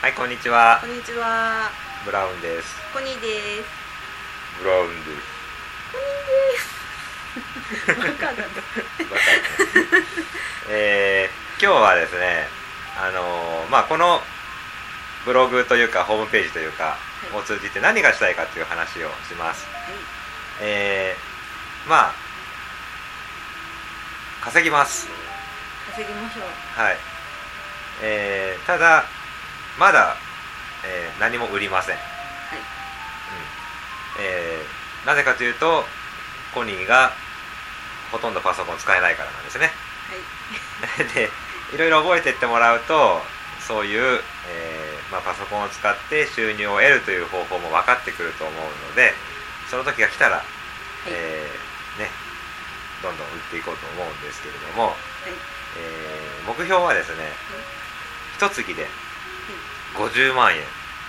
はい、こんにちは。 こんにちは。 ブラウンです。 コニーです。 ブラウンです。 コニーです。バカだな。 バカだな。今日はですね、このブログというかホームページというか、を通じて何がしたいかという話をします。はい、稼ぎます。 稼ぎましょう。 はい。ただまだ、何も売りません。はい。なぜかというとコニーがほとんどパソコン使えないからなんですね。はい。で、いろいろ覚えていってもらうとそういう、パソコンを使って収入を得るという方法も分かってくると思うので、その時が来たら、はい、どんどん売っていこうと思うんですけれども、はい、目標はですね、一月で50万円。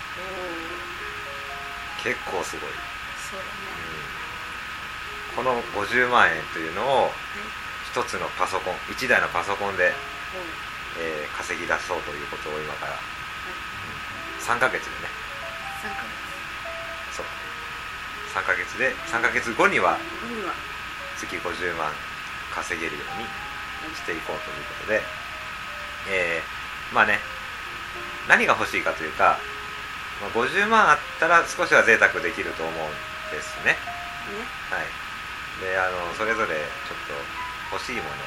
結構すごい。そうだね。この50万円というのを一つのパソコン、1台のパソコンで、稼ぎ出そうということを今から、3ヶ月でね。3ヶ月。そう。3ヶ月で、3ヶ月後には月50万稼げるようにしていこうということで、何が欲しいかというか、50万あったら少しは贅沢できると思うんですね。はい。で、それぞれちょっと欲しいものを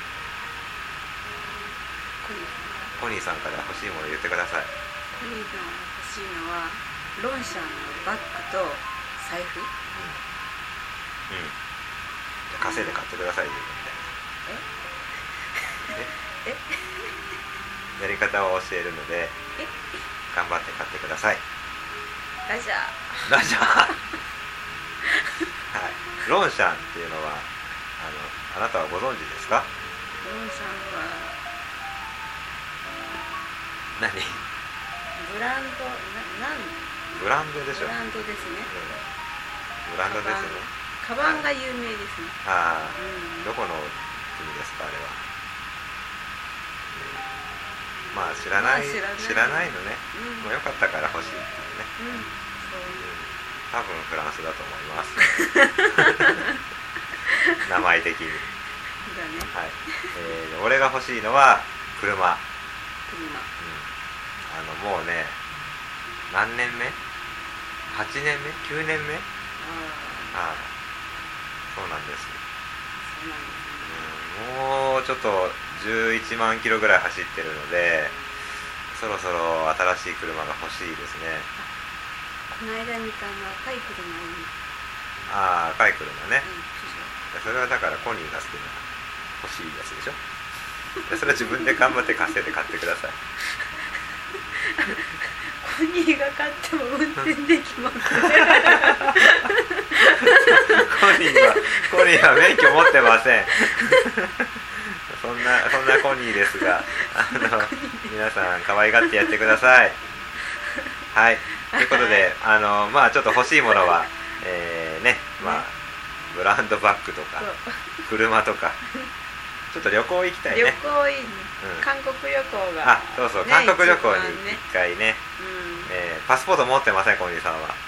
コニーさんから欲しいものを言ってください。 コニーさんが欲しいのはロンシャンのバッグと財布。じゃあ稼いで買ってくださいよみたいな。やり方を教えるので頑張って買ってください。 ラジャー。 ラジャー。はい。ロンシャンっていうのはあなたはご存知ですか？ ロンシャンは何？ ブランドブランドでしょ。 ブランドですね。 ブランドですね。 カバンが有名ですね。 どこの国ですかあれは。知らないのね。もうよかったから欲しいっていうね。多分フランスだと思います。名前的に。はい。俺が欲しいのは車。もうね、何年目 ?8 年目 ?9 年目？そうなんです。もうちょっと11万キロぐらい走ってるので、そろそろ新しい車が欲しいですね。 この間見た赤い車に。 赤い車ね。それはだからコニーが好きな欲しいやつでしょ。それは自分で頑張って稼いで買ってください。 コニーが買っても運転できません。 コニーは免許持ってません。そんなコニーですが、皆さん可愛がってやってください。はい。ということで、ちょっと欲しいものは、ブランドバッグとか車とか、ちょっと旅行行きたいね。 旅行いいね。韓国旅行が。 そう、韓国旅行に一回ね。パスポート持ってません、コニーさんは。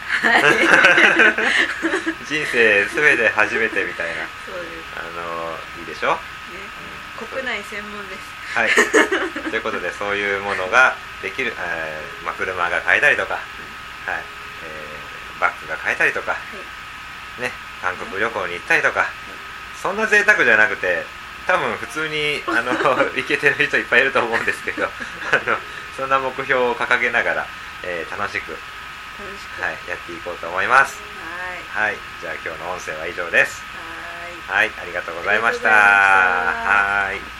人生すべて初めてみたいな。そうです。いいでしょ。 国内専門です。 はい。ということで、そういうものができる、車が買えたりとか、はい、バッグが買えたりとか、ね、韓国旅行に行ったりとか、そんな贅沢じゃなくて、多分普通に行けてる人いっぱいいると思うんですけど、そんな目標を掲げながら、楽しく、はい、やっていこうと思います。はい。じゃあ今日の音声は以上です。はい。ありがとうございました。はい。